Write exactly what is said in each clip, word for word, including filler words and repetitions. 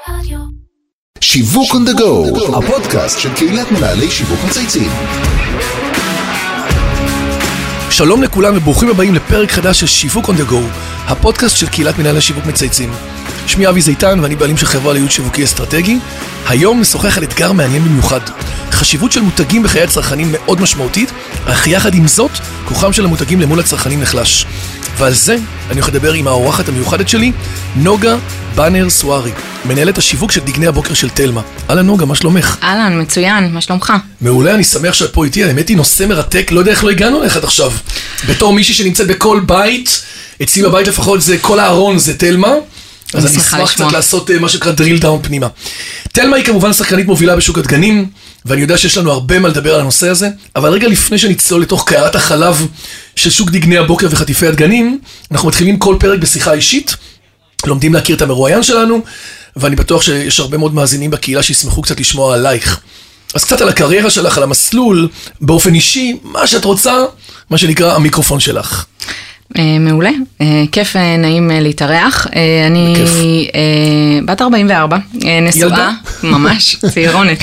שיווק on the go, הפודקאסט של קהילת מנהלי שיווק מצייצים. שלום לכולם וברוכים הבאים לפרק חדש של שיווק on the go, הפודקאסט של קהילת מנהלי שיווק מצייצים. שמי אבי זיתן ואני בעלים של חברה לייעוץ שיווקי אסטרטגי. היום נשוחח על אתגר מעניין במיוחד. חשיבות של מותגים בחיי הצרכנים מאוד משמעותית, אך יחד עם זאת, כוחם של המותגים למול הצרכנים נחלש. ועל זה אני הולך לדבר עם האורחת המיוחדת שלי, נוגה בנר סוארי, מנהלת השיווק של דגני הבוקר של תלמה. אהלן נוגה, מה שלומך? אהלן, מצוין, מה שלומך? מעולה, אני שמח שאת פה איתי, האמת היא נושא מרתק, לא יודע איך לא הגענו לך עד עכשיו. בתור מישהי שנמצאת בכל בית, אצלי בבית לפחות זה כל הארון, זה תלמה. אז אני אשמח קצת לעשות מה שנקרא drill down פנימה. תלמה היא כמובן שחקנית מובילה בשוק הדגנים, ואני יודע שיש לנו הרבה מה לדבר על הנושא הזה, אבל רגע לפני שנצלול לתוך קערת החלב של שוק דגני הבוקר וחטיפי הדגנים, אנחנו מתחילים כל פרק בשיחה אישית, לומדים להכיר את המרואיין שלנו, ואני בטוח שיש הרבה מאוד מאזינים בקהילה שישמחו קצת לשמוע עלייך. אז קצת על הקריירה שלך, על המסלול, באופן אישי, מה שאת רוצה, מה שנקרא המיקרופון שלך. מעולה, כיף, נעים להתארח. אני בת ארבעים וארבע, נשואה, ממש, צעירונת.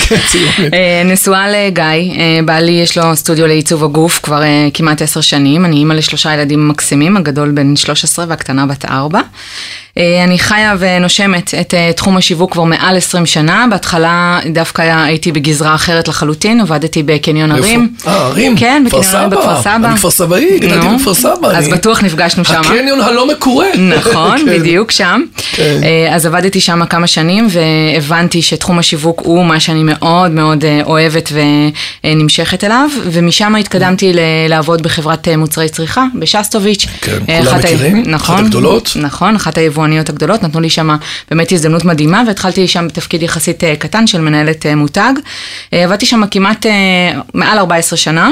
נשואה לגיא, בעלי יש לו סטודיו לעיצוב הגוף כבר כמעט עשר שנים, אני אימא לשלושה ילדים מקסימים, הגדול בן שלוש עשרה והקטנה בת ארבע. אני חיה ונושמת את תחום השיווק כבר מעל עשרים שנה, בהתחלה דווקא הייתי בגזרה אחרת לחלוטין, עבדתי בקניון ערים. אה, ערים? כן, בקניון ערים בכפר סבא. אני כפר סבאי, גדלתי בכפר סבא. אז בטוח נפגשנו שם. הקניון הלא מקורה. נכון, בדיוק שם. אז עבדתי שם כמה שנים, והבנתי שתחום השיווק הוא מה שאני מאוד מאוד אוהבת ונמשכת אליו, ומשם התקדמתי לעבוד בחברת מוצרי צריכה, בשסטוביץ'. כן, כולם מכירים, אחת הגדולות. נכון, אחת היבואניות הגדולות, נתנו לי שם באמת הזדמנות מדהימה, והתחלתי שם בתפקיד יחסית קטן של מנהלת מותג. עבדתי שם כמעט מעל ארבע עשרה שנה,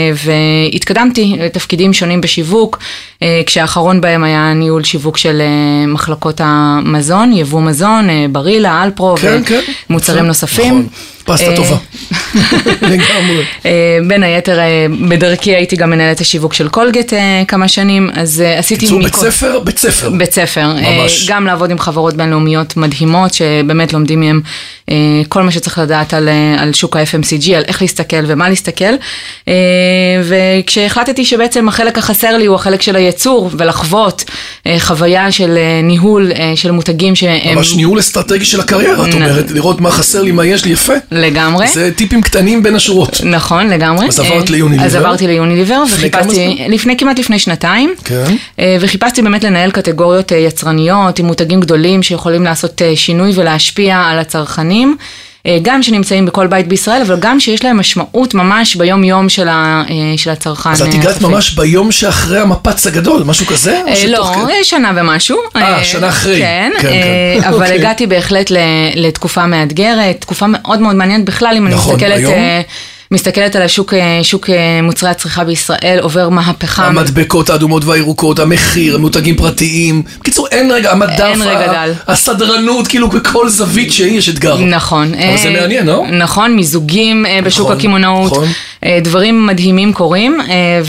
והתקדמתי לתפקידים שונים בשיווק, כשהאחרון בהם היה ניהול שיווק של מחלקות המזון, יבוא מזון, ברילה, אלפרו ומוצרים נוספים. פסטה טובה. לגמרי. בין היתר, בדרכי הייתי גם מנהלת השיווק של קולגט כמה שנים, אז עשיתי... קיצור, בית ספר? בית ספר. בית ספר. ממש. גם לעבוד עם חברות בינלאומיות מדהימות, שבאמת לומדים מהם כל מה שצריך לדעת על, על שוק ה-אף אם סי ג'י, על איך להסתכל ומה להסתכל. וכשהחלטתי שבעצם החלק החסר לי הוא החלק של הייצור, ולחוות חוויה של ניהול של מותגים שהם... ממש ניהול אסטרטגי של הקריירה, את אומרת, לראות מה חסר לי, מה יש לי, יפה. לגמרי. זה טיפים קטנים בין השורות. נכון, לגמרי. אז עברת ליוניליבר. אז עברתי ליוניליבר, וחיפשתי, לפני, כמעט לפני שנתיים, כן. וחיפשתי באמת לנהל קטגוריות יצרניות, עם מותגים גדולים שיכולים לעשות שינוי ולהשפיע על הצרכנים, גם שנמצאים בכל בית בישראל, אבל גם שיש להם משמעות ממש ביום יום של, ה, של הצרכן. אז את הגעת ממש ביום שאחרי המפץ הגדול, משהו כזה? לא, שנה ומשהו. אה, שנה אחרי. כן, אבל הגעתי בהחלט לתקופה מאתגרת, תקופה מאוד מאוד מעניינת בכלל, אם אני מסתכלת... מסתכלת על השוק, שוק מוצרי הצריכה בישראל, עובר מהפכה. המדבקות האדומות והירוקות, המחיר, המותגים פרטיים. בקיצור, אין רגע, המדף, אין רגע דל. הסדרנות, כאילו בכל זווית שהיא יש אתגר. נכון. אבל זה מעניין, לא? נכון, מיזוגים בשוק נכון, הכימונאות. נכון. דברים מדהימים קורים,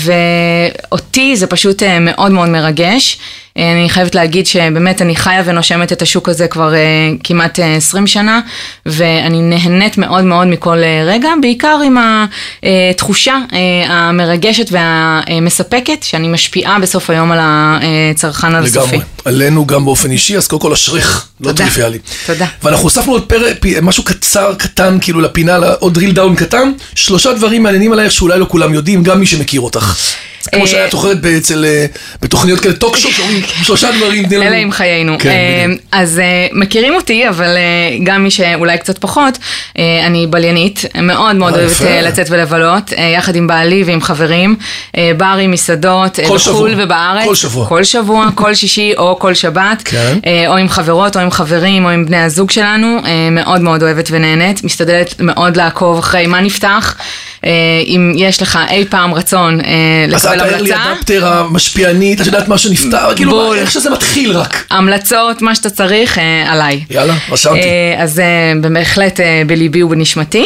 ואותי זה פשוט מאוד מאוד מרגש. אני חייבת להגיד שבאמת אני חיה ונושמת את השוק הזה כבר כמעט עשרים שנה, ואני נהנית מאוד מאוד מכל רגע, בעיקר עם התחושה המרגשת והמספקת, שאני משפיעה בסוף היום על הצרכן על הסופי. לגמרי, עלינו גם באופן אישי, אז קודם כל אשריך, לא טריוויאלי. תודה. ואנחנו הוספנו עוד פרק, משהו קצר, קטן, כאילו לפינה, עוד drill down קטן, שלושה דברים מעניינים עלייך שאולי לא כולם יודעים, גם מי שמכיר אותך. כמו שהיה תוכרת בתוכניות כאלה, טוק שופ, שלושה דברים. אלה עם חיינו. אז מכירים אותי, אבל גם מי שאולי קצת פחות, אני בליינית, מאוד מאוד אוהבת לצאת ולבלות, יחד עם בעלי ועם חברים, ברים, מסעדות, בחול ובארץ. כל שבוע. כל שבוע, כל שישי או כל שבת, או עם חברות או עם חברים או עם בני הזוג שלנו, מאוד מאוד אוהבת ונהנית, משתדלת מאוד לעקוב אחרי מה נפתח, אם יש לך אי פעם רצון לקבל המלצה. אז את לי אדפטר המשפיענית, את יודעת מה שנפטר, כאילו איך שזה מתחיל רק. המלצות, מה שאתה צריך, עליי. יאללה, רשמתי. אז בהחלט בליבי ובנשמתי.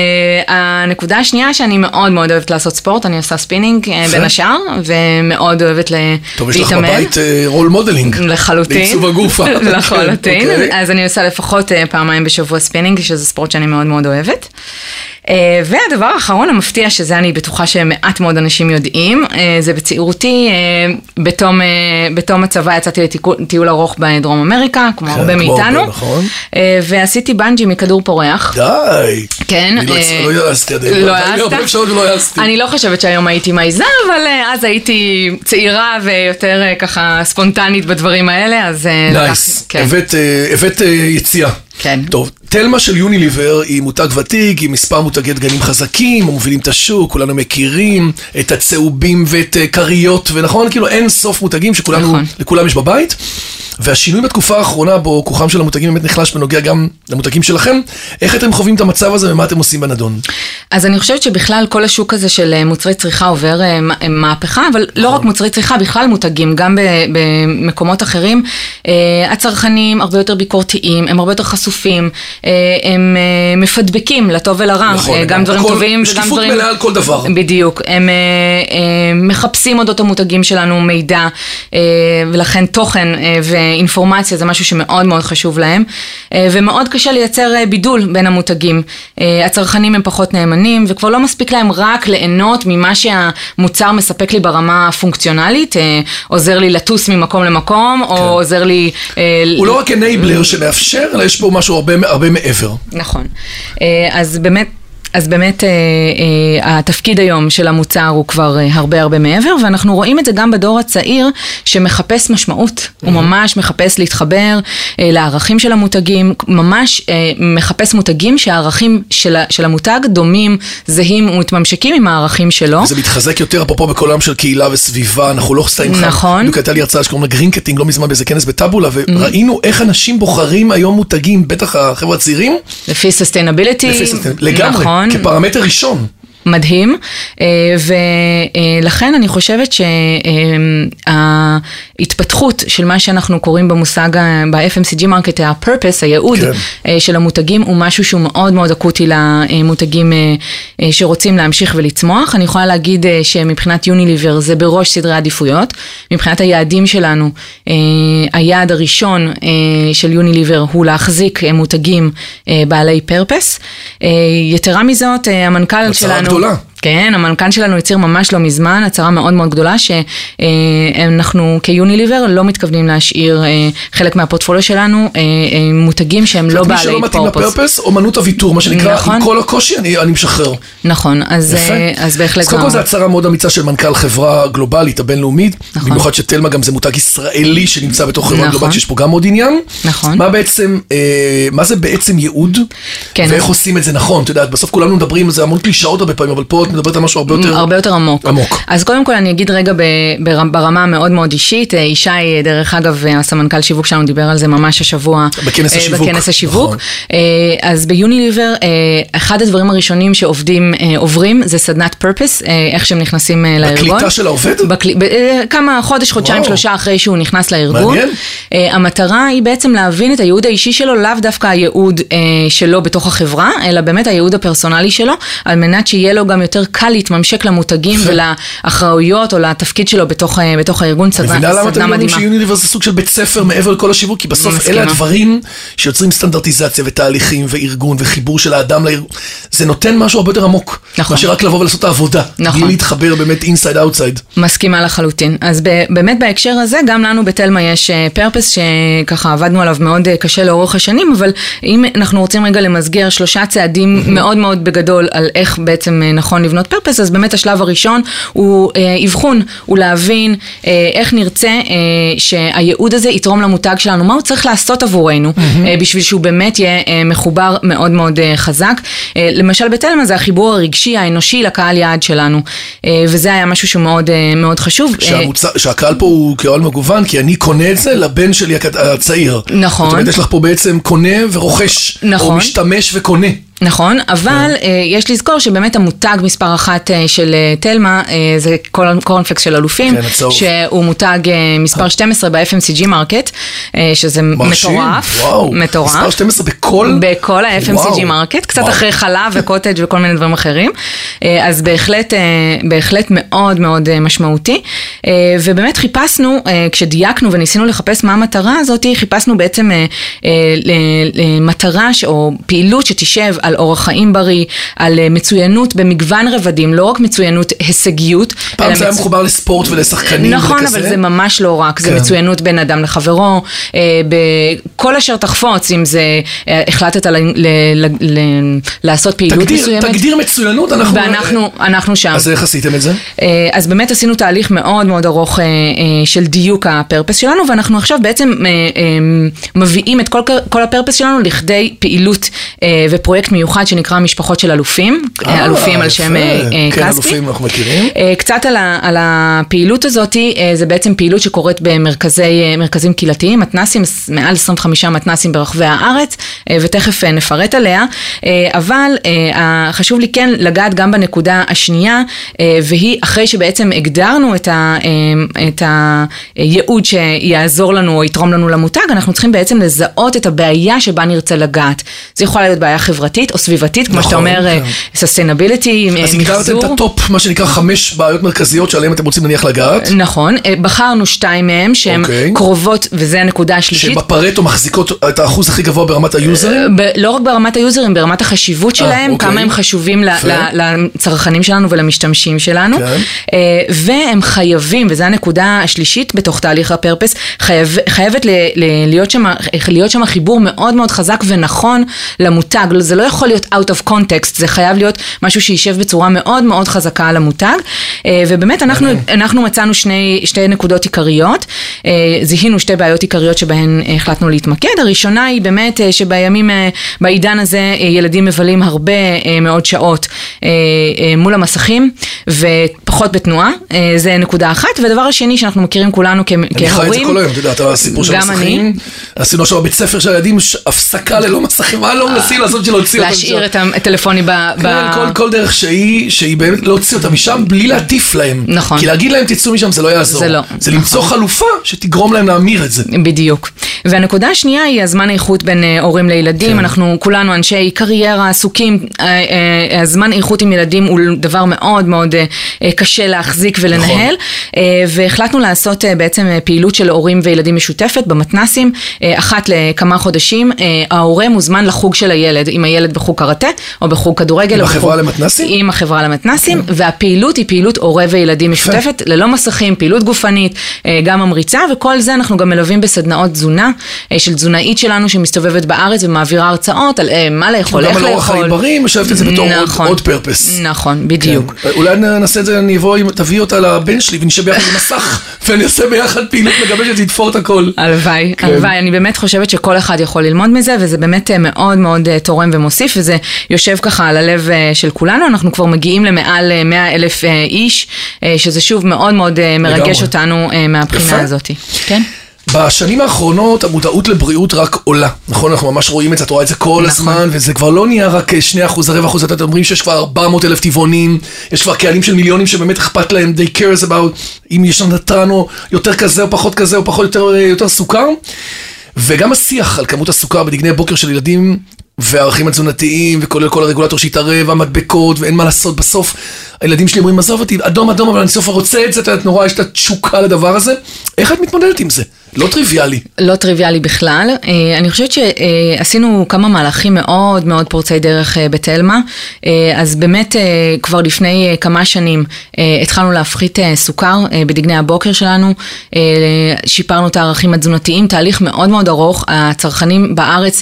הנקודה השנייה שאני מאוד מאוד אוהבת לעשות ספורט, אני עושה ספינינג בין השאר, ומאוד אוהבת להתאמן. טוב, יש לך בבית רול מודלינג. לחלוטין. לעיצוב הגופה. לחלוטין. אז אני עושה לפחות פעמיים בשבוע ספינינג, שזה ספורט שאני מאוד מאוד אוהבת. והדבר האחרון המפתיע, שזה אני בטוחה שמעט מאוד אנשים יודעים, זה בצעירותי, בתום, בתום הצבא יצאתי לטיול ארוך בדרום אמריקה, כמו הרבה מאיתנו, ועשיתי בנג'י מכדור פורח. די! כן. אני לא יעשתי עד היום. לא יעשת? אני לא חושבת שהיום הייתי מעיזה, אבל אז הייתי צעירה ויותר ככה ספונטנית בדברים האלה, אז... נייס. הבאת יציאה. כן. טוב, תלמה של יוניליבר היא מותג ותיק, היא מספר מותגי דגנים חזקים, מובילים את השוק, כולנו מכירים את הצהובים ואת קריות, ונכון, כאילו אין סוף מותגים שכולנו, נכון. לכולם יש בבית. והשינוי בתקופה האחרונה בו כוחם של המותגים באמת נחלש בנוגע גם למותגים שלכם, איך אתם חווים את המצב הזה ומה אתם עושים בנדון? אז אני חושבת שבכלל כל השוק הזה של מוצרי צריכה עובר מהפכה, אבל לא רק מוצרי צריכה, בכלל מותגים, גם במקומות אחרים, הצרכנים הרבה יותר ביקורתיים, הם הרבה יותר חשופים, הם מפדבקים לטוב ולרע, גם דברים טובים וגם דברים... שקיפות מלאה על כל דבר. בדיוק, הם מחפשים אודות המותגים שלנו מידע, ולכן תוכן ו... אינפורמציה זה משהו שמאוד מאוד חשוב להם, ומאוד קשה לייצר בידול בין המותגים. הצרכנים הם פחות נאמנים, וכבר לא מספיק להם רק ליהנות ממה שהמוצר מספק לי ברמה הפונקציונלית, עוזר לי לטוס ממקום למקום, או עוזר לי... הוא לא רק אנייבלר שמאפשר, אלא יש פה משהו הרבה מעבר. נכון. אז באמת... אז באמת אה, אה, התפקיד היום של המוצר הוא כבר אה, הרבה הרבה מעבר, ואנחנו רואים את זה גם בדור הצעיר שמחפש משמעות, mm-hmm. הוא ממש מחפש להתחבר אה, לערכים של המותגים, ממש אה, מחפש מותגים שהערכים של, של המותג דומים, זהים ומתממשקים עם הערכים שלו. זה מתחזק יותר אפרופו בכל העולם של קהילה וסביבה, אנחנו לא חסאים לך. נכון. בדיוק הייתה לי הרצאה שקוראים לה גרינקטינג, לא מזמן באיזה כנס בטאבולה, וראינו mm-hmm. איך אנשים בוחרים היום מותגים, בטח החבר'ה הצעירים. לפי sustainability. לפי sustainability, לגמרי. נכון. כפרמטר ראשון. מדהים, ולכן אני חושבת שההתפתחות של מה שאנחנו קוראים במושג, ב-אף אם סי ג'י מרקט, ה-purpose, הייעוד כן. של המותגים, הוא משהו שהוא מאוד מאוד אקוטי למותגים שרוצים להמשיך ולצמוח. אני יכולה להגיד שמבחינת יוניליבר זה בראש סדרי עדיפויות, מבחינת היעדים שלנו, היעד הראשון של יוניליבר הוא להחזיק מותגים בעלי purpose. יתרה מזאת, המנכ"ל שלנו... גדולה. כן, המנכ"ל שלנו יציר ממש לא מזמן, הצהרה מאוד מאוד גדולה, שאנחנו כיוניליבר לא מתכוונים להשאיר חלק מהפורטפוליו שלנו, מותגים שהם לא בעלי פורפוס. מי שלא מתאים לפרפס, אומנות הוויתור, מה שנקרא, עם כל הקושי, אני משחרר. נכון, אז בהחלט... קודם כל זה הצהרה מאוד אמיצה של מנכ"ל חברה גלובלית, הבינלאומית, במיוחד שתלמה גם זה מותג ישראלי שנמצא בתוך חברה גלובלית, שיש פה גם עוד עניין. נכון. מה בעצם, מה זה בעצם ייעוד? ואיך עושים את זה נכון? אתה יודע, בסוף כולנו מדברים, זה המון קלישאות הרבה פעמים, אבל פה מדברת על משהו הרבה יותר... הרבה יותר עמוק. עמוק. אז קודם כל אני אגיד רגע ברמה מאוד מאוד אישית, ישי, דרך אגב, הסמנכ"ל שיווק שלנו דיבר על זה ממש השבוע. בכנס השיווק. בכנס השיווק. אז ביוניליבר, אחד הדברים הראשונים שעובדים, עוברים, זה סדנת פרפס, איך שהם נכנסים לארגון. בקליטה של העובד? כמה חודש, חודשיים, שלושה אחרי שהוא נכנס לארגון. מעניין. המטרה היא בעצם להבין את הייעוד האישי שלו, לאו דווקא הייעוד שלו בתוך החברה, אלא באמת הייעוד הפרסונלי שלו, על מנת שיהיה לו גם יותר קל להתממשק למותגים ולאחראויות או לתפקיד שלו בתוך, בתוך הארגון. סדנה מדהימה. אני מבינה למה אתם אומרים שיוניליבר זה סוג של בית ספר מעבר לכל השיווק, כי בסוף אלה הדברים שיוצרים סטנדרטיזציה ותהליכים וארגון וחיבור של האדם לארגון. זה נותן משהו הרבה יותר עמוק. נכון. מאשר רק לבוא ולעשות את העבודה. נכון. בלי להתחבר באמת אינסייד אאוטסייד. מסכימה לחלוטין. אז באמת בהקשר הזה, גם לנו בתלמה יש פרפס שככה עבדנו עליו מאוד קשה לאורך השנים, אבל אם אנחנו רוצים רגע למסגר שלושה צעדים מאוד מאוד בגדול על איך בעצם נכון לבנות פרפס, אז באמת השלב הראשון הוא אבחון, הוא להבין איך נרצה שהייעוד הזה יתרום למותג שלנו, מה הוא צריך לעשות עבורנו, בשביל שהוא באמת יהיה מחובר מאוד מאוד חזק. למשל בתלמה זה החיבור הרגשי, האנושי לקהל יעד שלנו, וזה היה משהו שמאוד מאוד חשוב. שהקהל פה הוא קהל מגוון, כי אני קונה את זה לבן שלי הצעיר. נכון. זאת אומרת, יש לך פה בעצם קונה ורוכש, או משתמש וקונה. נכון, אבל יש לזכור שבאמת המותג מספר אחת של תלמה זה קורנפלקס של אלופים, שהוא מותג מספר שתים עשרה ב-אף אם סי ג'י מרקט, שזה מטורף, מטורף. מספר שתים עשרה בכל? בכל ה-אף אם סי ג'י מרקט, קצת אחרי חלב וקוטג' וכל מיני דברים אחרים, אז בהחלט, בהחלט מאוד מאוד משמעותי, ובאמת חיפשנו, כשדייקנו וניסינו לחפש מה המטרה הזאת, חיפשנו בעצם מטרה או פעילות שתשב על אורח חיים בריא, על מצוינות במגוון רבדים, לא רק מצוינות הישגיות. פעם זה היה מחובר לספורט ולשחקנים. נכון, אבל זה ממש לא רק, זה מצוינות בין אדם לחברו, בכל אשר תחפוץ, אם זה החלטת לעשות פעילות מסוימת. תגדיר מצוינות, אנחנו שם. אז איך עשיתם את זה? אז באמת עשינו תהליך מאוד מאוד ארוך של דיוק הפרפס שלנו, ואנחנו עכשיו בעצם מביאים את כל הפרפס שלנו לכדי פעילות ופרויקט מיוחד שנקרא משפחות של אלופים, אלופים על שם כספי. כן, אלופים אנחנו מכירים. קצת על הפעילות הזאת, זה בעצם פעילות שקורית במרכזים קהילתיים, מתנסים, מעל עשרים וחמישה מתנסים ברחבי הארץ, ותכף נפרט עליה, אבל חשוב לי כן לגעת גם בנקודה השנייה, והיא אחרי שבעצם הגדרנו את הייעוד שיעזור לנו או יתרום לנו למותג, אנחנו צריכים בעצם לזהות את הבעיה שבה נרצה לגעת. זה יכול להיות בעיה חברתית או סביבתית, כמו שאתה אומר, sustainability, מחזור. אז הגדרתם את הטופ, מה שנקרא חמש בעיות מרכזיות שעליהם אתם רוצים להניח לגעת. נכון, בחרנו שתיים מהם שהן קרובות, וזה הנקודה השלישית. שבפרטו מחזיקות את האחוז הכי גבוה ברמת היוזרים? לא רק ברמת היוזרים, ברמת החשיבות שלהם, כמה הם חשובים לצרכנים שלנו ולמשתמשים שלנו, והם חייבים, וזו הנקודה השלישית בתוך תהליך הפרפס, חייבת להיות שם חיבור מאוד מאוד חזק ונכון למותג. זה לא יכול להיות out of context, זה חייב להיות משהו שישב בצורה מאוד מאוד חזקה על המותג, ובאמת אנחנו, אנחנו מצאנו שני, שתי נקודות עיקריות, זיהינו שתי בעיות עיקריות שבהן החלטנו להתמקד. הראשונה היא באמת שבימים, בעידן הזה ילדים מבלים הרבה מאוד שעות מול המסכים ופחות בתנועה, זה נקודה אחת, והדבר השני שאנחנו מכירים כולנו כהורים. אני חי את זה כל היום, אתה יודע, אתה הסיפור של המסכים, עשינו עכשיו בבית ספר של הילדים, הפסקה ללא מסכים, מה לא מנסים לעשות שלא הוציא אותם משם? להשאיר את הטלפוני ב... כן, כל דרך שהיא, שהיא באמת להוציא אותם משם, בלי להטיף להם. נכון. כי להגיד להם תצאו משם זה לא יעזור. זה לא. זה למצוא חלופה שתגרום להם להמיר את זה. בדיוק. והנקודה השנייה היא הזמן איכות בין הורים לילדים. אנחנו כולנו אנשי קריירה, עסוקים. הזמן איכות עם ילדים הוא דבר מאוד מאוד קשה להחזיק ולנהל. והחלטנו לעשות בעצם פעילות של הורים וילדים משותפת במתנסים. אחת לכמה חודשים, ההורה מוזמן לחוג של הילד, עם הילד בחוג קראטה או בחוג כדורגל. עם החברה למתנסים? עם החברה למתנסים, והפעילות היא פעילות הורה וילדים משותפת, ללא מסכים, פעילות גופנית, גם ממריצה, וכל זה אנחנו גם מלווים בסדנאות תזונה, של תזונאית שלנו שמסתובבת בארץ ומעבירה הרצאות על מה לאכול, איך לאכול. גם על אורח חיים בריא, משאבת את זה בתור עוד פרפס. נכון, בדיוק. אולי נעשה את זה, אני אבוא, תביא אותה לבן שלי ונשב ביחד במסך, ואני אעשה ביחד פעילות מגבשת, יתפור את הכל. הלוואי, הלוואי, אני באמת חושבת שכל אחד יכול ללמוד מזה, וזה באמת מאוד מאוד תורם ומוסיף, וזה יושב ככה על הלב של כולנו. אנחנו כבר מגיעים למעל מאה אלף איש, שזה שוב מאוד מאוד מרגש אותנו מהבחינה הזאת. כן? בשנים האחרונות המודעות לבריאות רק עולה, נכון? אנחנו ממש רואים את זה, את רואה את זה כל הזמן, וזה כבר לא נהיה רק שני אחוז, רבע אחוז, אתם אומרים שיש כבר ארבע מאות אלף טבעונים, יש כבר קהלים של מיליונים שבאמת אכפת להם, they cares about, אם יש נתרן או יותר כזה או פחות כזה או פחות יותר, יותר סוכר, וגם השיח על כמות הסוכר בדגני בוקר של ילדים, והערכים התזונתיים, וכולל כל הרגולטור שהתערב, המדבקות, ואין מה לעשות בסוף. הילדים שלי אומרים, עזוב אותי, אדום אדום, אבל אני סוף רוצה את זה, את נורא, יש את התשוקה לדבר הזה. איך את מתמודדת עם זה? לא טריוויאלי. לא טריוויאלי בכלל. אני חושבת שעשינו כמה מהלכים מאוד מאוד פורצי דרך בתלמה, אז באמת כבר לפני כמה שנים התחלנו להפחית סוכר בדגני הבוקר שלנו, שיפרנו את הערכים התזונתיים, תהליך מאוד מאוד ארוך, הצרכנים בארץ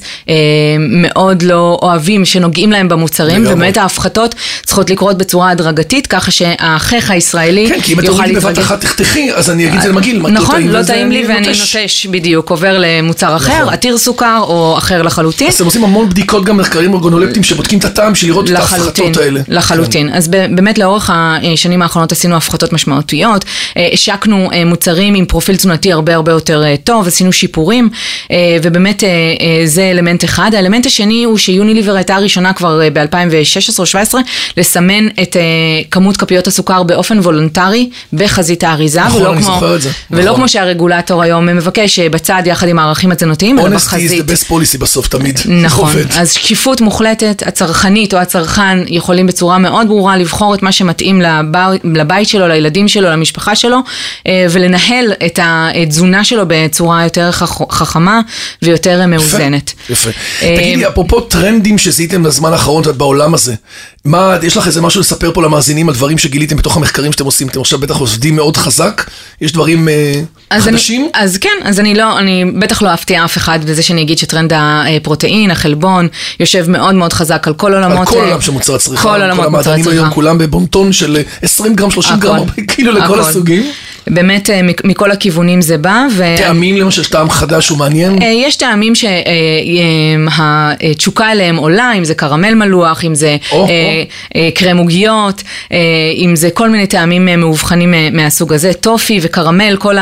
מאוד לא אוהבים שנוגעים להם במוצרים, ובאמת ההפחתות צריכות לקרות בצורה הדרגתית, ככה שהאחך הישראלי כן, כי אם אתה רואה לי בבת אחת תחתכי, אז אני אגיד זה למגיל. נכון, לא טעים לי ואני נוטש, בדיוק, עובר למוצר אחר, עתיר סוכר או אחר לחלוטין. אז אתם עושים המון בדיקות גם מחקרים אורגונולפטיים שבודקים את הטעם של לראות את ההפחתות האלה. לחלוטין. אז באמת לאורך השנים האחרונות עשינו הפחתות משמעותיות, השקנו מוצרים עם פרופיל תזונתי הרבה הרבה יותר טוב, עשינו שיפורים, ובאמת זה אלמנט אחד. האלמנט השני הוא שיוניליבר הייתה הראשונה כבר ב-אלפיים ושש עשרה או שבע עשרה לסמן את כמות כפיות הסוכר באופן וולונטרי בחזית האריזה, ולא כמו שהרגולטור היום מבקש בצד יחד עם הערכים התזונתיים, אלא בחזית. Honesty is the best policy בסוף תמיד. נכון, אז שקיפות מוחלטת, הצרכנית או הצרכן יכולים בצורה מאוד ברורה לבחור את מה שמתאים לבית שלו, לילדים שלו, למשפחה שלו, ולנהל את התזונה שלו בצורה יותר חכמה ויותר מאוזנת. יפה. תגידי, אפרופו טרנדים שזיהיתם לזמן האחרון בעולם הזה, מה, יש לך איזה משהו לספר פה למאזינים על דברים שגיליתם בתוך המחקרים שאתם עושים? אתם עכשיו בטח עובדים מאוד חזק, יש דברים חדשים? אז כן, אז אני לא, אני בטח לא אפתיע אף אחד בזה שאני אגיד שטרנד הפרוטאין, החלבון, יושב מאוד מאוד חזק על כל עולמות. על כל עולם שמוצר צריכה, כל עולמות מוצר צריכה. כולם בבונטון של עשרים גרם, שלושים גרם, כאילו לכל הסוגים. באמת מכל הכיוונים זה בא. טעמים למשל, טעם חדש ומעניין? יש טעמים שהתשוקה אליהם עולה, אם זה קרמל מלוח, אם זה קרם עוגיות, אם זה כל מיני טעמים מאובחנים מהסוג הזה, טופי וקרמל, כל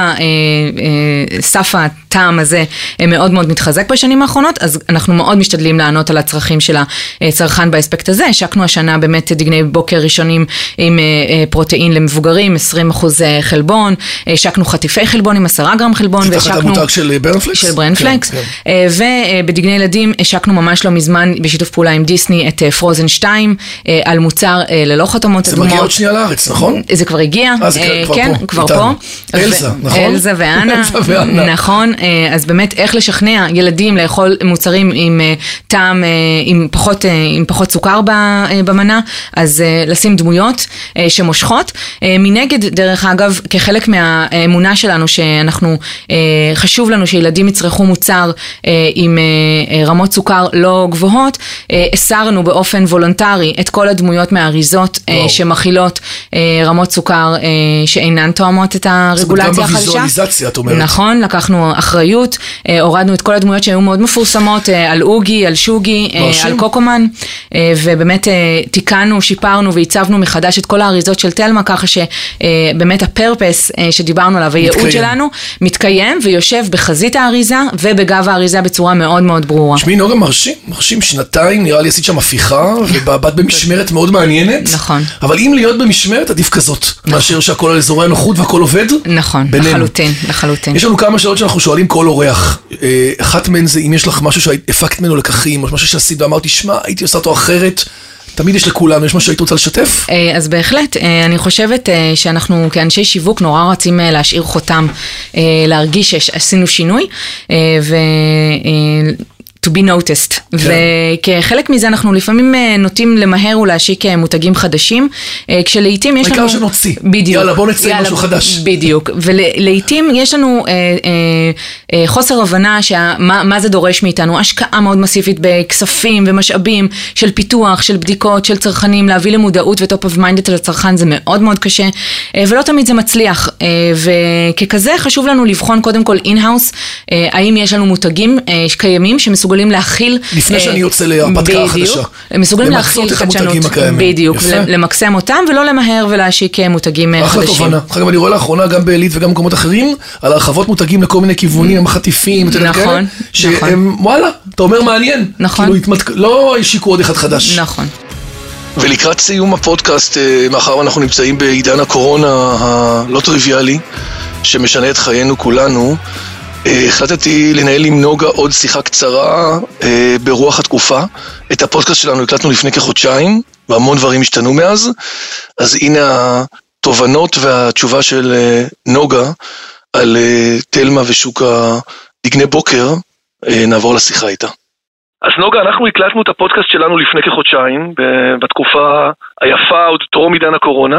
הסף הטעם הזה מאוד מאוד מתחזק בשנים האחרונות, אז אנחנו מאוד משתדלים לענות על הצרכים של הצרכן באספקט הזה. השקנו השנה באמת דגני בוקר ראשונים עם פרוטאין למבוגרים, עשרים אחוז חלבון, השקנו חטיפי חלבון עם עשרה גרם חלבון, זה תחת המותג של ברנפלקס? של ברנפלקס, ובדגני ילדים השקנו ממש לא מזמן בשיתוף פעולה עם דיסני את פרוזן שתיים, על מוצר ללא חתומות אדומות. זה מגיע עוד שנייה לארץ, נכון? זה כבר הגיע, כן, כבר פה. אלזה, נכון? אלזה ואנה, נכון, אז באמת איך לשכנע ילדים לאכול מוצרים עם טעם, עם פחות, עם פחות סוכר במנה, אז לשים דמויות שמושכות. מנגד, דרך אגב, כחלק מהאמונה שלנו שאנחנו, חשוב לנו שילדים יצרכו מוצר עם רמות סוכר לא גבוהות, הסרנו באופן וולונטרי את כל הדמויות מהאריזות שמכילות רמות סוכר שאינן תואמות את הרגולציה החדשה. גם בוויזואליזציה, את אומרת. נכון, לקחנו אחריות, הורדנו את כל הדמויות שהיו מאוד מפורסמות, על אוגי, על שוגי, על קוקומן, ובאמת תיקנו, שיפרנו והצבנו מחדש את כל האריזות של תלמה, ככה שבאמת הפרפס שדיברנו עליו, הייעוד שלנו, מתקיים ויושב בחזית האריזה ובגב האריזה בצורה מאוד מאוד ברורה. שמי נוגה מרשים, מרשים שנתיים, נראה לי עשית שם הפיכה, ובאת במשמרת מאוד מעניינת. נכון. אבל אם להיות במשמרת, עדיף כזאת, מאשר שהכל על אזורי הנוחות והכל עובד. נכון, לחלוטין, לחלוטין. יש לנו כמה שאלות שאנחנו שואלים כל אורח. אחת מהן זה אם יש לך משהו שהפקת ממנו לקחים, או משהו שעשית ואמרתי, שמע, הייתי עושה אותו אחרת. תמיד יש לכולנו, יש משהו שהיית רוצה לשתף? אז בהחלט, אני חושבת שאנחנו כאנשי שיווק נורא רוצים להשאיר חותם, להרגיש שעשינו שינוי, ו... to be noticed, וכחלק מזה אנחנו לפעמים נוטים למהר ולהשיק מותגים חדשים, כשלעיתים יש לנו... העיקר שנוציא, בדיוק, יאללה בוא נצא משהו חדש. בדיוק, ולעיתים יש לנו חוסר הבנה שמה זה דורש מאיתנו, השקעה מאוד מסיבית בכספים ומשאבים של פיתוח, של בדיקות, של צרכנים, להביא למודעות וטופ אוף מיינדד של הצרכן, זה מאוד מאוד קשה, ולא תמיד זה מצליח, וככזה חשוב לנו לבחון קודם כל אין-האוס, האם יש לנו מותגים קיימים שמסוגלים מסוגלים להכיל... לפני שאני יוצא להרפתקה החדשה. הם מסוגלים להכיל חדשנות. בדיוק, למקסם אותם ולא למהר ולהשיק מותגים חדשים. אחלה תובנה. אחר כך אני רואה לאחרונה גם בעלית וגם במקומות אחרים, על הרחבות מותגים לכל מיני כיוונים, הם חטיפים, נכון, שהם, וואלה, אתה אומר מעניין. נכון. לא השיקו עוד אחד חדש. נכון. ולקראת סיום הפודקאסט, מאחר אנחנו נמצאים בעידן הקורונה הלא טריוויאלי, שמשנה את חיינו כולנו, החלטתי לנהל עם נוגה עוד שיחה קצרה ברוח התקופה. את הפודקאסט שלנו הקלטנו לפני כחודשיים, והמון דברים השתנו מאז, אז הנה התובנות והתשובה של נוגה על תלמה ושוק הדגני בוקר, נעבור לשיחה איתה. אז נוגה, אנחנו הקלטנו את הפודקאסט שלנו לפני כחודשיים, בתקופה היפה עוד טרום עידן הקורונה,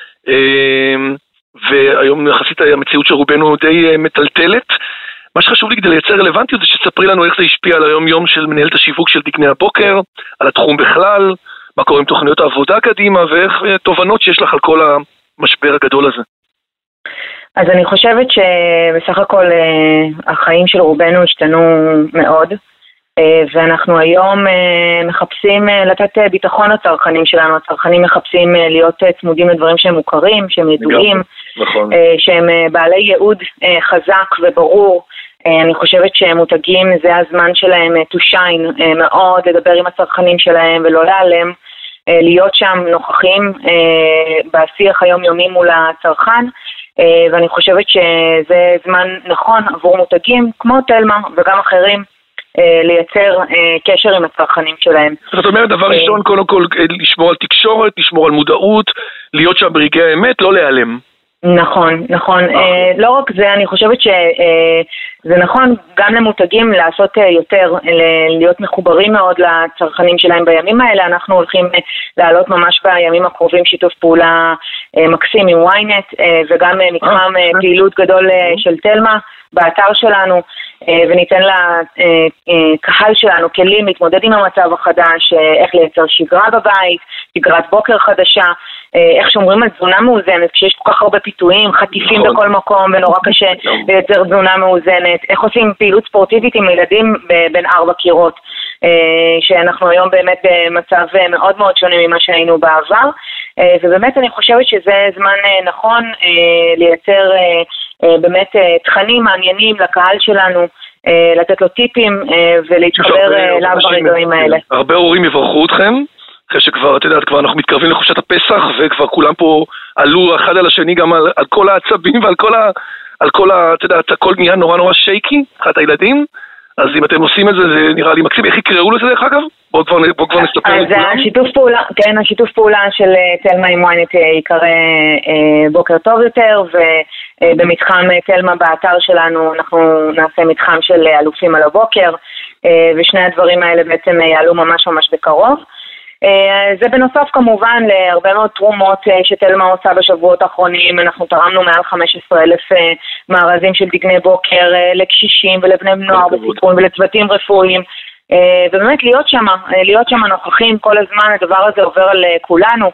והיום יחסית המציאות של רובנו די מטלטלת. מה שחשוב לי כדי לייצר רלוונטיות זה שתספרי לנו איך זה השפיע על היום יום של מנהלת השיווק של דגני הבוקר, על התחום בכלל, מה קורה עם תוכניות העבודה קדימה, ואיך תובנות שיש לך על כל המשבר הגדול הזה. אז אני חושבת שבסך הכל החיים של רובנו השתנו מאוד, ואנחנו היום מחפשים לתת ביטחון לצרכנים שלנו. הצרכנים מחפשים להיות צמודים לדברים שהם מוכרים, שהם ידועים, נכון. שהם בעלי ייעוד חזק וברור. אני חושבת שמותגים זה הזמן שלהם to shine, מאוד לדבר עם הצרכנים שלהם ולא להיעלם, להיות שם נוכחים בשיח היומיומי מול הצרכן, ואני חושבת שזה זמן נכון עבור מותגים כמו תלמה וגם אחרים לייצר קשר עם הצרכנים שלהם. זאת אומרת, דבר ראשון, קודם כל לשמור על תקשורת, לשמור על מודעות, להיות שם ברגעי האמת, לא להיעלם. נכון, נכון. לא רק זה, אני חושבת שזה נכון גם למותגים לעשות יותר, להיות מחוברים מאוד לצרכנים שלהם בימים האלה. אנחנו הולכים לעלות ממש בימים הקרובים שיתוף פעולה מקסים עם וויינט, וגם מתחם פעילות גדול של תלמה באתר שלנו, וניתן לקהל שלנו כלים להתמודד עם המצב החדש, איך לייצר שגרה בבית, שגרת בוקר חדשה, איך שומרים על תזונה מאוזנת, כשיש כל כך הרבה פיתויים, חטיפים בכל מקום, ונורא קשה לייצר תזונה מאוזנת, איך עושים פעילות ספורטיבית עם ילדים בין ארבע קירות, שאנחנו היום באמת במצב מאוד מאוד שונה ממה שהיינו בעבר, ובאמת אני חושבת שזה זמן נכון לייצר באמת תכנים מעניינים לקהל שלנו, לתת לו טיפים ולהתחבר אליו ברגעים האלה. הרבה הורים יברכו אתכם, אחרי שכבר, את יודעת, כבר אנחנו מתקרבים לחופשת הפסח, וכבר כולם פה עלו אחד על השני גם על, על כל העצבים ועל כל ה... על כל ה... את יודעת, הכל נהיה נורא נורא שייקי, אחת הילדים, אז אם אתם עושים את זה, זה נראה לי מקסים. איך יקראו לזה דרך אגב? בואו כבר, בוא כבר נספר לכולם. אז השיתוף פעולה, כן, השיתוף פעולה של תלמה עם וויינט יקרא בוקר טוב יותר, ובמתחם תלמה באתר שלנו אנחנו נעשה מתחם של אלופים על הבוקר, ושני הדברים האלה בעצם יעלו ממש ממש בקרוב. זה בנוסף כמובן להרבה מאוד תרומות שתלמה עושה בשבועות האחרונים. אנחנו תרמנו מעל חמישה עשר אלף מארזים של דגני בוקר לקשישים ולבני נוער בסיכון ולצוותים רפואיים, ובאמת להיות שם, להיות שם נוכחים כל הזמן. הדבר הזה עובר על כולנו,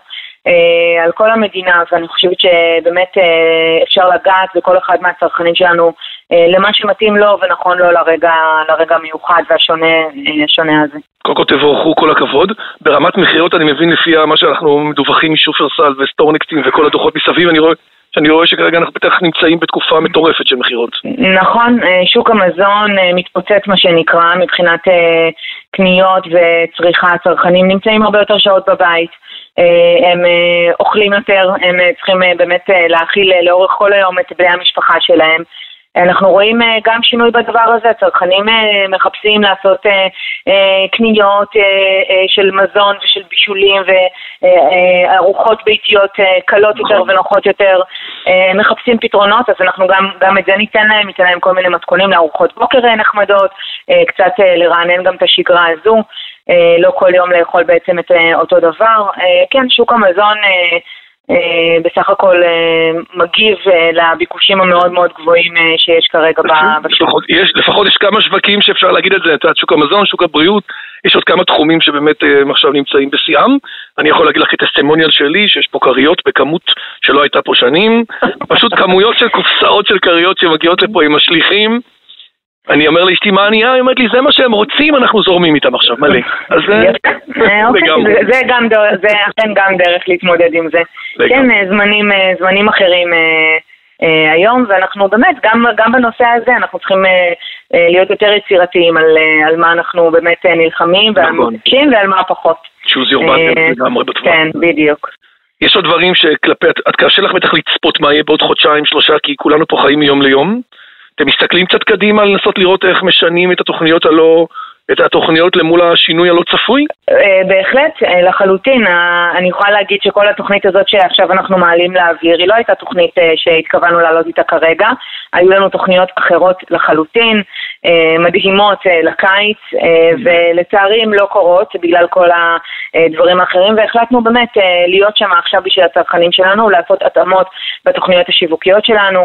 על כל המדינה, ואני חושבת שבאמת אפשר לגעת בכל אחד מהצרכנים שלנו למה שמתאים לו ונכון לו לרגע, לרגע המיוחד והשונה הזה. קודם כל תבורכו, כל הכבוד. ברמת מחירות אני מבין לפי מה שאנחנו מדווחים משופרסל וסטורנקטים וכל הדוחות מסביב, אני רואה שאני רואה שכרגע אנחנו בטח נמצאים בתקופה מטורפת של מחירות. נכון, שוק המזון מתפוצץ מה שנקרא, מבחינת קניות וצריכה. הצרכנים נמצאים הרבה יותר שעות בבית, הם אוכלים יותר, הם צריכים באמת להאכיל לאורך כל היום את בני המשפחה שלהם. אנחנו רואים גם שינוי בדבר הזה, הצרכנים מחפשים לעשות קניות של מזון ושל בישולים וארוחות ביתיות קלות יותר ונוחות יותר, מחפשים פתרונות, אז אנחנו גם, גם את זה ניתן להם, ניתן להם כל מיני מתכונים לארוחות בוקר נחמדות, קצת לרענן גם את השגרה הזו, לא כל יום לאכול בעצם את אותו דבר. כן, שוק המזון בסך הכל מגיב לביקושים המאוד מאוד גבוהים שיש כרגע בשוק. לפחות יש, לפחות יש כמה שווקים שאפשר להגיד את זה, את שוק המזון, שוק הבריאות, יש עוד כמה תחומים שבאמת עכשיו נמצאים בשיאם. אני יכול להגיד לך את הסטמוניאל שלי, שיש פה קריות בכמות שלא הייתה פה שנים, פשוט כמויות של קופסאות של קריות שמגיעות לפה עם השליחים. אני אומר לאשתי מה אני, היא אומרת לי, זה מה שהם רוצים, אנחנו זורמים איתם עכשיו, מלא. אז זה גם, זה אכן גם דרך להתמודד עם זה. כן, זמנים, זמנים אחרים היום, ואנחנו באמת, גם, גם בנושא הזה, אנחנו צריכים להיות יותר יצירתיים על, על מה אנחנו באמת נלחמים, ועל מותקים ועל מה פחות. שוז יורבן, לגמרי בטווח. כן, בדיוק. יש עוד דברים שכלפי, את קשה לך בטח לצפות מה יהיה בעוד חודשיים, שלושה, כי כולנו פה חיים מיום ליום. אתם מסתכלים קצת קדימה לנסות לראות איך משנים את התוכניות הלא, את התוכניות למול השינוי הלא צפוי? בהחלט, לחלוטין. אני יכולה להגיד שכל התוכנית הזאת שעכשיו אנחנו מעלים לאוויר, היא לא הייתה תוכנית שהתכוונו לעלות איתה כרגע. היו לנו תוכניות אחרות לחלוטין, מדהימות לקיץ, ולצערי הן לא קורות בגלל כל הדברים האחרים, והחלטנו באמת להיות שם עכשיו בשביל הצרכנים שלנו, לעשות התאמות בתוכניות השיווקיות שלנו,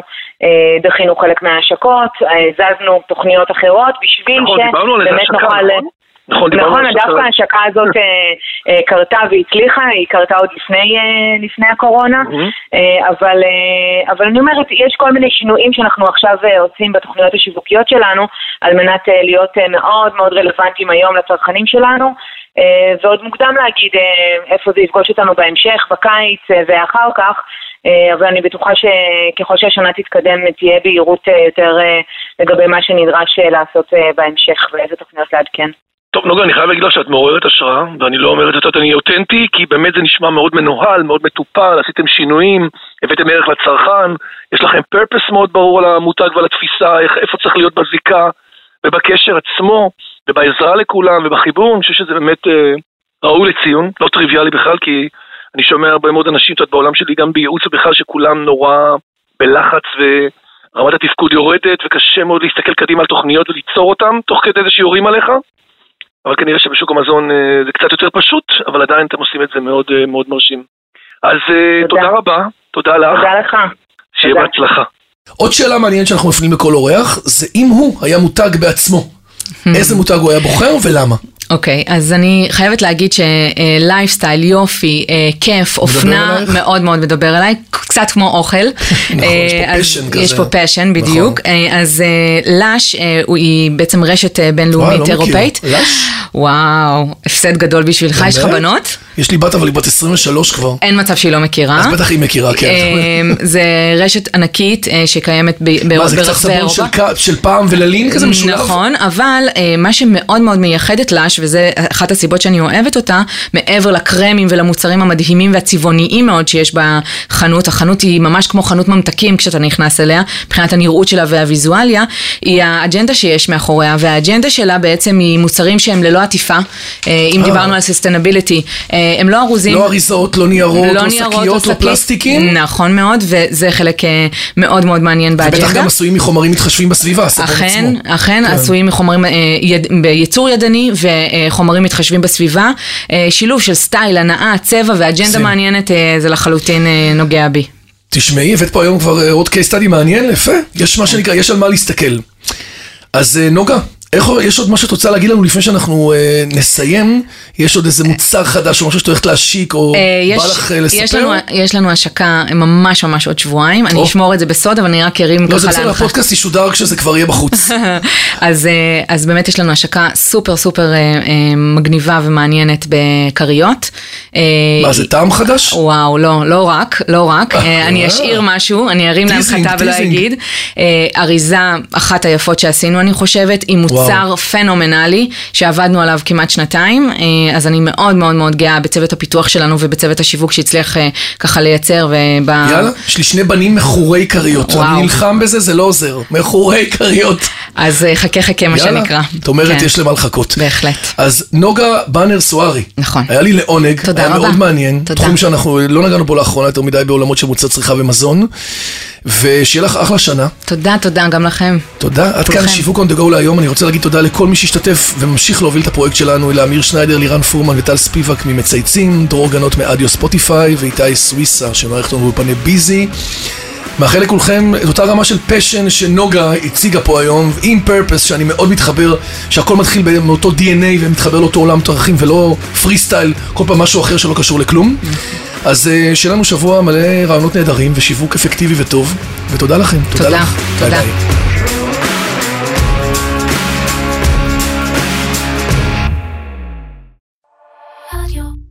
דחינו חלק מההשקות, זזנו תוכניות אחרות בשביל שבאמת נוכל... נכון, נכון, דווקא ההשקה הזאת קרתה והצליחה, היא קרתה עוד לפני הקורונה, אבל אני אומרת, יש כל מיני שינויים שאנחנו עכשיו עושים בתוכניות השיווקיות שלנו, על מנת להיות מאוד מאוד רלוונטיים היום לצרכנים שלנו, ועוד מוקדם להגיד איפה זה יפגוש אותנו בהמשך, בקיץ ואחר כך, אבל אני בטוחה שככל שהשנה תתקדם תהיה בהירות יותר לגבי מה שנדרש לעשות בהמשך ואיזה תוכניות לעדכן. טוב, נוגה, אני חייב להגיד לך שאת מעוררת השראה, ואני לא אומר את זה, אני אותנטי, כי באמת זה נשמע מאוד מנוהל, מאוד מטופל, עשיתם שינויים, הבאתם ערך לצרכן, יש לכם פרפס מאוד ברור על המותג ועל התפיסה, איך, איפה צריך להיות בזיקה, ובקשר עצמו, ובעזרה לכולם, ובחיבור, אני חושב שזה באמת אה, ראוי לציון, לא טריוויאלי בכלל, כי אני שומע הרבה מאוד אנשים, זאת בעולם שלי, גם בייעוץ ובכלל, שכולם נורא בלחץ, ורמת התפקוד יורדת, וקשה מאוד להסתכל קדימה על תוכניות וליצור אותם, תוך כדי זה שיורים עליך. אבל כנראה שבשוק המזון זה קצת יותר פשוט, אבל עדיין אתם עושים את זה מאוד מאוד מרשים. אז תודה, תודה רבה, תודה לך. תודה לך. שיהיה בהצלחה. עוד שאלה מעניינת שאנחנו מפנים לכל אורח, זה אם הוא היה מותג בעצמו. איזה מותג הוא היה בוחר ולמה? אוקיי, אז אני חייבת להגיד שלייפסטייל, יופי, כיף, אופנה, מאוד מאוד מדבר אליי, קצת כמו אוכל. נכון, יש פה פשן כזה. יש פה פשן, בדיוק. אז לש, היא בעצם רשת בינלאומית אירופאית. וואו, לא מכיר. לש? וואו, הפסד גדול בשבילך, יש לך בנות? יש לי בת, אבל היא בת עשרים ושלוש כבר. אין מצב שהיא לא מכירה. אז בטח היא מכירה, כן. זה רשת ענקית שקיימת ברחבי אירופה. מה, זה קצת סבון של פעם וללין כזה משולב? נכון, אבל מה שמאוד מאוד מייחדת לש, וזה אחת הסיבות שאני אוהבת אותה, מעבר לקרמים ולמוצרים המדהימים והצבעוניים מאוד שיש בחנות, החנות היא ממש כמו חנות ממתקים כשאתה נכנס אליה, מבחינת הנראות שלה והוויזואליה, היא האג'נדה שיש מאחוריה, והאג'נדה שלה בעצם היא מוצרים שהם ללא עטיפה, אם דיברנו על sustainability, הם לא ארוזים. לא אריזות, לא ניירות, לא שקיות, לא פלסטיקים. נכון מאוד, וזה חלק מאוד מאוד מעניין באג'נדה. ובטח גם עשויים מחומרים מתחשבים בסביבה, אכן, אכן, עשויים מחומרים בייצור ידני וחומרים מתחשבים בסביבה. שילוב של סטייל, הנאה, צבע ואג'נדה מעניינת, זה לחלוטין נוגע בי. תשמעי, הבאת פה היום כבר עוד קייס סטאדי מעניין, יפה. יש מה שנקרא, יש על מה להסתכל. אז נוגה, איך, יש עוד מה שאת רוצה להגיד לנו לפני שאנחנו אה, נסיים? יש עוד איזה מוצר חדש או משהו שאת הולכת להשיק או אה, בא לך אה, לספר? יש לנו, יש לנו השקה ממש ממש עוד שבועיים, אני אשמור את זה בסוד, אבל אני רק ארים ככה להנחה. לא, זה בסדר, הפודקאסט ישודר כשזה כבר יהיה בחוץ. אז, אז באמת יש לנו השקה סופר סופר מגניבה ומעניינת בקריות. מה, זה טעם חדש? וואו, לא, לא רק, לא רק. אני אשאיר משהו, אני ארים להנחתה ולא אגיד. אריזה אחת היפות שעשינו, אני חושבת, עם מוצר פנומנלי, שעבדנו עליו כמעט שנתיים, אז אני מאוד מאוד מאוד גאה בצוות הפיתוח שלנו ובצוות השיווק שהצליח ככה לייצר. וב... יאללה, יש לי שני בנים מחורי קריות, אני נלחם בזה, זה לא עוזר, מחורי קריות. אז חכה חכה מה שנקרא. זאת אומרת, יש למה לחכות. בהחלט. אז נוגה בנר סוארי. נכון. היה לי לעונג. תודה רבה. היה מאוד מעניין. תחום שאנחנו לא נגענו בו לאחרונה יותר מדי בעולמות של מוצר צריכה ומזון. ושיהיה לך אחלה שנה. תודה, תודה, גם לכם. תודה. עד כאן שיווק on the go להיום. אני רוצה להגיד תודה לכל מי שהשתתף וממשיך להוביל את הפרויקט שלנו, אלה אמיר שניידר, לירן פורמן וטל ספיבק ממצייצים, דרור גנות מאדיו ספוטיפיי ואיתי סוויסה שמערכת לנו בפני ביזי. מאחל לכולכם את אותה רמה של פשן שנוגה הציגה פה היום, עם פרפס שאני מאוד מתחבר, שהכל מתחיל מאותו די אן איי ומתחבר לאותו עולם תרכים ולא פרי סטייל, כל פעם משהו אחר שלא קשור לכלום. אז שיהיה לנו שבוע מלא רעיונות נהדרים ושיווק אפקטיבי וטוב, ותודה לכם. תודה. תודה לך. תודה. ביי ביי.